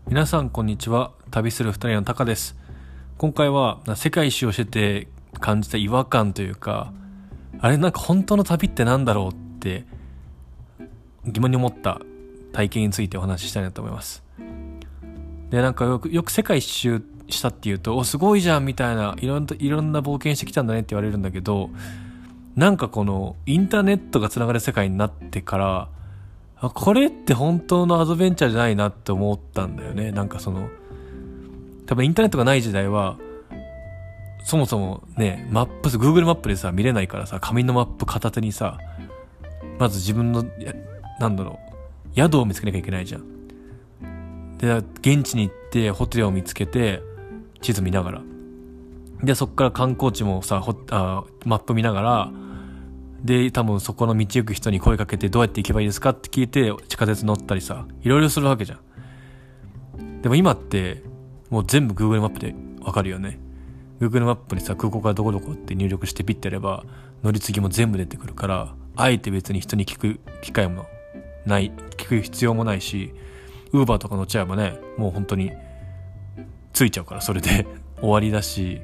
皆さんこんにちは。旅する二人のタカです。今回は世界一周をしてて感じた違和感というか、あれなんか本当の旅ってなんだろうって疑問に思った体験についてお話ししたいなと思います。で、なんかよく世界一周したっていうと、おすごいじゃんみたいな、いろんな冒険してきたんだねって言われるんだけど、なんかこのインターネットがつながる世界になってから、これって本当のアドベンチャーじゃないなって思ったんだよね。なんか多分インターネットがない時代はそもそもね、Google マップでさ見れないからさ、紙のマップ片手にさ、まず自分の宿を見つけなきゃいけないじゃん。で、現地に行ってホテルを見つけて地図見ながら、でそっから観光地もさマップ見ながら、で多分そこの道行く人に声かけて、どうやって行けばいいですかって聞いて地下鉄乗ったりさ、いろいろするわけじゃん。でも今ってもう全部 Google マップでわかるよね。 Google マップにさ、空港からどこどこって入力してピッてやれば乗り継ぎも全部出てくるから、あえて別に人に聞く機会もない、聞く必要もないし、 Uber とか乗っちゃえばね、もう本当についちゃうから、それで終わりだし、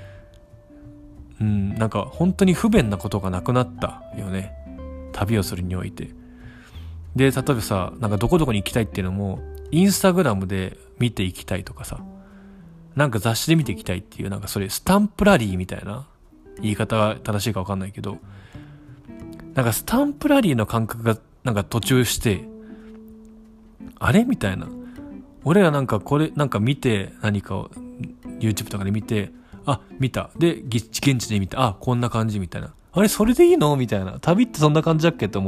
なんか本当に不便なことがなくなったよね、旅をするにおいて。で、例えばさ、なんかどこどこに行きたいっていうのもインスタグラムで見て行きたいとかさ、なんか雑誌で見て行きたいっていう、なんかそれスタンプラリーみたいな言い方が正しいか分かんないけど、なんかスタンプラリーの感覚がなんか途中して、あれみたいな、俺らなんかこれなんか見て、何かを YouTube とかで見て、見た。で、現地で見た。こんな感じみたいな。あれ、それでいいのみたいな。旅ってそんな感じだっけと思って。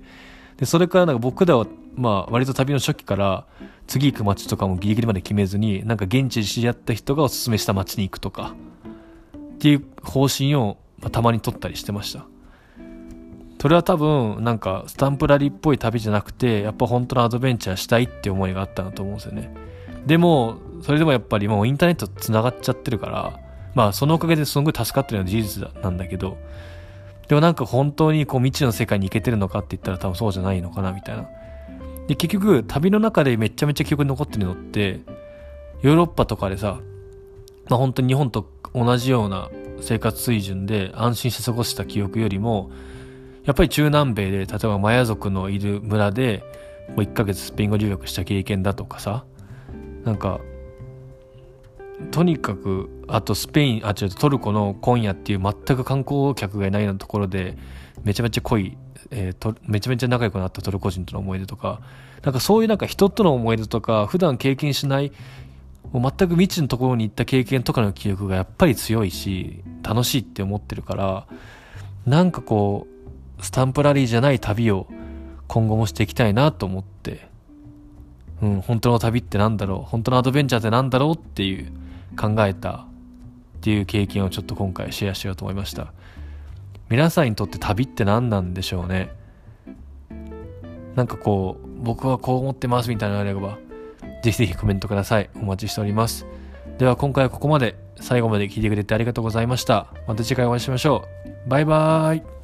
で、それからなんか僕らは、割と旅の初期から、次行く街とかもギリギリまで決めずに、なんか現地で知り合った人がおすすめした街に行くとか、っていう方針を、たまに取ったりしてました。それは多分、なんか、スタンプラリーっぽい旅じゃなくて、やっぱ本当のアドベンチャーしたいって思いがあったなと思うんですよね。でも、それでもやっぱりもうインターネット繋がっちゃってるから、そのおかげですごい助かってるのは事実なんだけど、でもなんか本当にこう未知の世界に行けてるのかって言ったら多分そうじゃないのかなみたいな。で、結局旅の中でめちゃめちゃ記憶に残ってるのって、ヨーロッパとかでさ、本当に日本と同じような生活水準で安心して過ごした記憶よりも、やっぱり中南米で例えばマヤ族のいる村でもう1ヶ月スペイン語留学した経験だとかさ、なんかとにかく、あとトルコのコンヤっていう全く観光客がいないようなところでめちゃめちゃ濃い、めちゃめちゃ仲良くなったトルコ人との思い出とか、なんかそういうなんか人との思い出とか、普段経験しないもう全く未知のところに行った経験とかの記憶がやっぱり強いし楽しいって思ってるから、なんかこうスタンプラリーじゃない旅を今後もしていきたいなと思って、本当の旅ってなんだろう、本当のアドベンチャーってなんだろうっていう考えたっていう経験をちょっと今回シェアしようと思いました。皆さんにとって旅って何なんでしょうね。なんかこう、僕はこう思ってますみたいなのがあれば、ぜひぜひコメントください。お待ちしております。では今回はここまで。最後まで聞いてくれてありがとうございました。また次回お会いしましょう。バイバーイ。